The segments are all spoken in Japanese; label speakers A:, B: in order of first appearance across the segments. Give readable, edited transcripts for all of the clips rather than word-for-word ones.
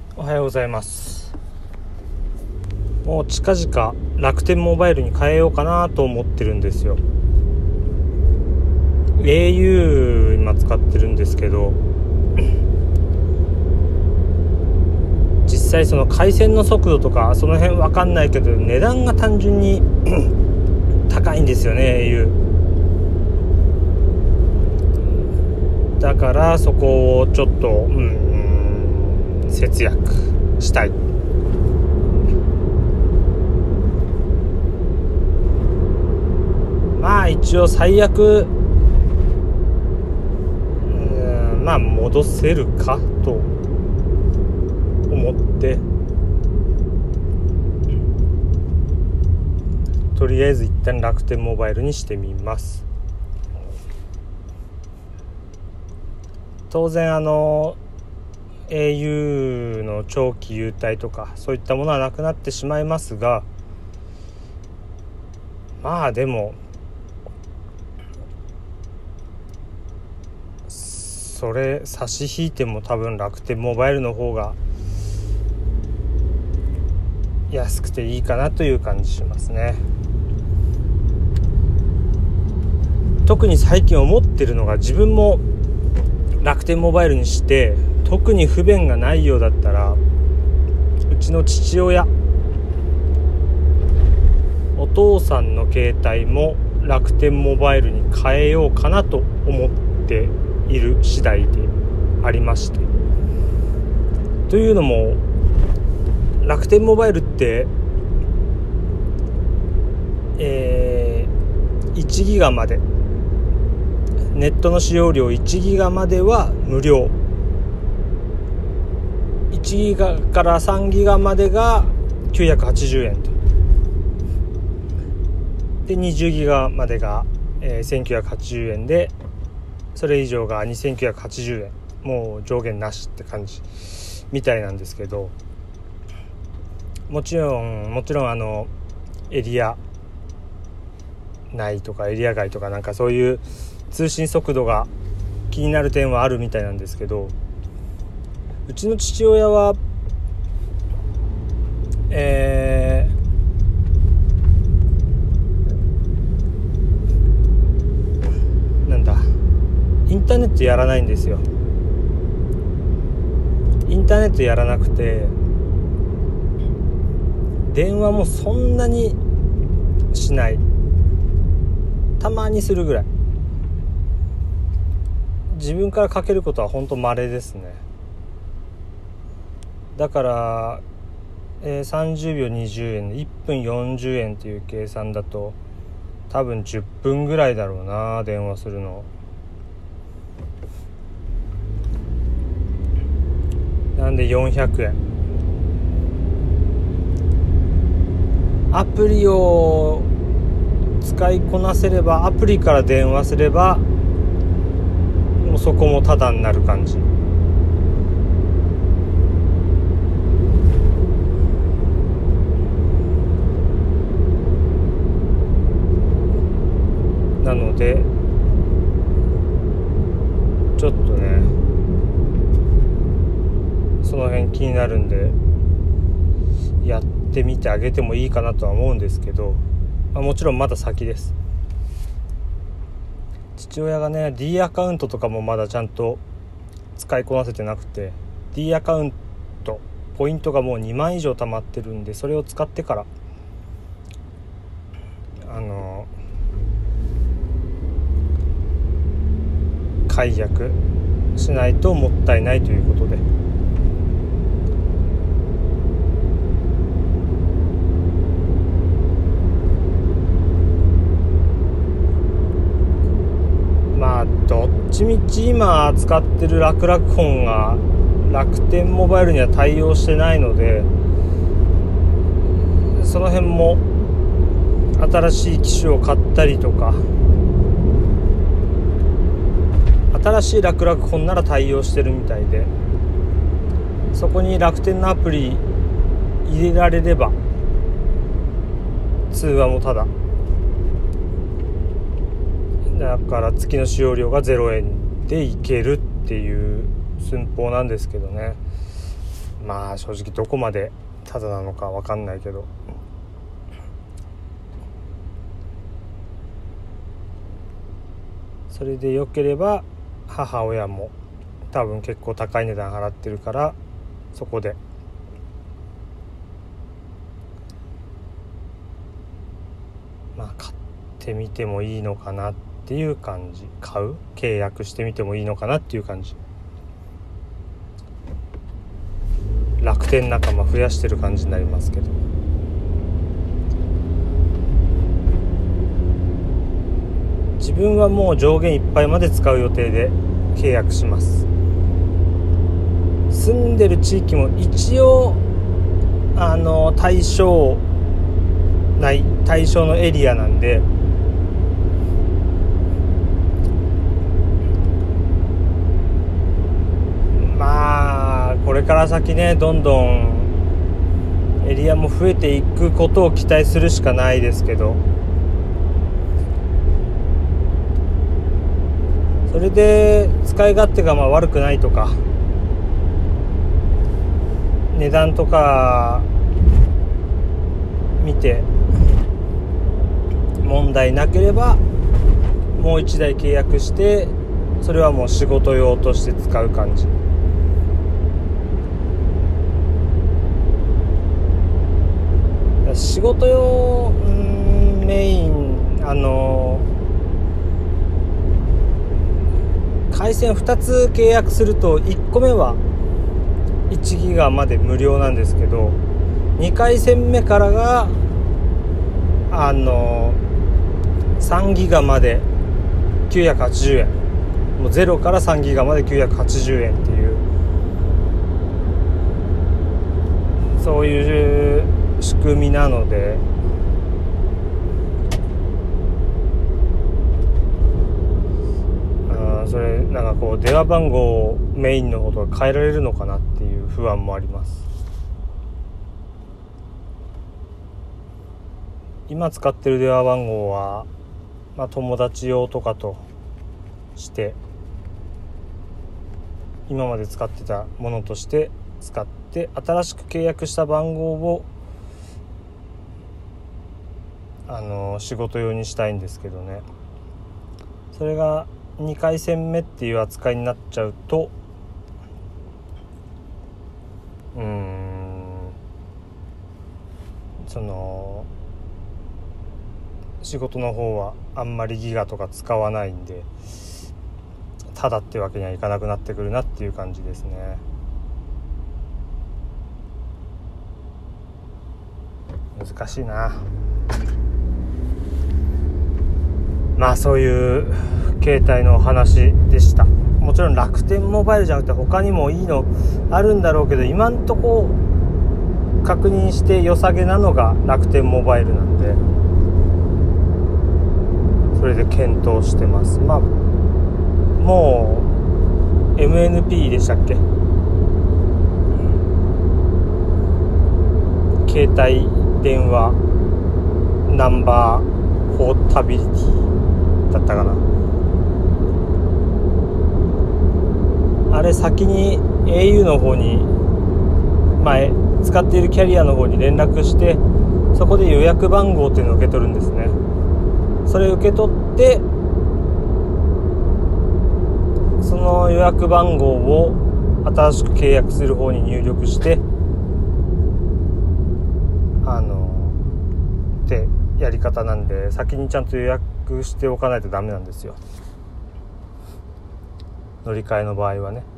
A: おはようございます。もう近々楽天モバイルに変えようかなと思ってるんですよ。 au 今使ってるんですけど、実際その回線の速度とかその辺分かんないけど、値段が単純に高いんですよね au。 だからそこをちょっと節約したい。まあ一応最悪戻せるかと思ってとりあえず一旦楽天モバイルにしてみます。当然au の長期優待とかそういったものはなくなってしまいますが、まあでもそれ差し引いても多分楽天モバイルの方が安くていいかなという感じしますね。特に最近思ってるのが、自分も楽天モバイルにして特に不便がないようだったら、うちの父親、お父さんの携帯も楽天モバイルに変えようかなと思っている次第でありまして、というのも楽天モバイルって1ギガまで、ネットの使用量1ギガまでは無料、1ギガから3ギガまでが980円と、で20ギガまでが、1980円で、それ以上が2980円、もう上限なしって感じみたいなんですけど、もちろんエリア内とかエリア外とかなんかそういう通信速度が気になる点はあるみたいなんですけど、うちの父親はインターネットやらないんですよ。インターネットやらなくて、電話もそんなにしない、たまにするぐらい。自分からかけることは本当稀ですね。だから、30秒20円で1分40円っていう計算だと多分10分ぐらいだろうな、電話するの。なんで400円。アプリを使いこなせれば、アプリから電話すればもうそこもタダになる感じなので、ちょっとねその辺気になるんでやってみてあげてもいいかなとは思うんですけど、もちろんまだ先です。父親がね D アカウントとかもまだちゃんと使いこなせてなくて、 D アカウントポイントがもう2万以上貯まってるんで、それを使ってから解約しないともったいないということで、どっちみち今使ってる楽々本が楽天モバイルには対応してないので、その辺も新しい機種を買ったりとか、新しい楽々本なら対応してるみたいで、そこに楽天のアプリ入れられれば通話もただだから月の使用料が0円でいけるっていう寸法なんですけどね。 まあ正直どこまでタダなのか分かんないけど、それで良ければ母親も多分結構高い値段払ってるから、そこでまあ買ってみてもいいのかなっていう感じ。契約してみてもいいのかなっていう感じ。楽天仲間増やしてる感じになりますけど、自分はもう上限いっぱいまで使う予定で契約します。住んでる地域も一応対象のエリアなんで、まあこれから先ね、どんどんエリアも増えていくことを期待するしかないですけど、それで使い勝手が悪くないとか、値段とか見て問題なければもう一台契約して、それはもう仕事用として使う感じ。仕事用メイン回線2つ契約すると1個目は1ギガまで無料なんですけど、2回線目からが3ギガまで980円、もう0から3ギガまで980円っていう、そういう仕組みなので、それなんかこう電話番号をメインのことが変えられるのかなっていう不安もあります。今使ってる電話番号は、友達用とかとして今まで使ってたものとして使って、新しく契約した番号を仕事用にしたいんですけどね、それが2回線目っていう扱いになっちゃうと、仕事の方はあんまりギガとか使わないんで、ただってわけにはいかなくなってくるなっていう感じですね。難しいな。まあそういう携帯の話でした。もちろん楽天モバイルじゃなくて他にもいいのあるんだろうけど、今んとこ確認して良さげなのが楽天モバイルなんで、それで検討してます。もう MNP でしたっけ、携帯電話ナンバーポータビリティだったかな。あれ先に au の方に前使っているキャリアの方に連絡して、そこで予約番号っていうのを受け取るんですね。それを受け取って、その予約番号を新しく契約する方に入力してってやり方なんで、先にちゃんと予約しておかないとダメなんですよ、乗り換えの場合はね。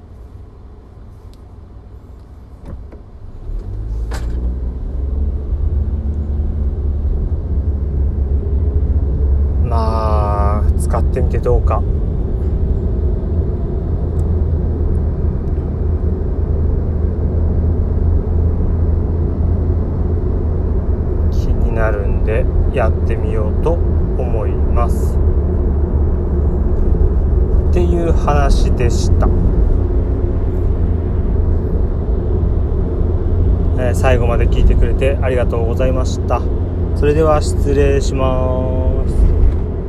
A: まあ使ってみてどうか。気になるんでやってみようと思いますっていう話でした。最後まで聞いてくれてありがとうございました。それでは失礼します。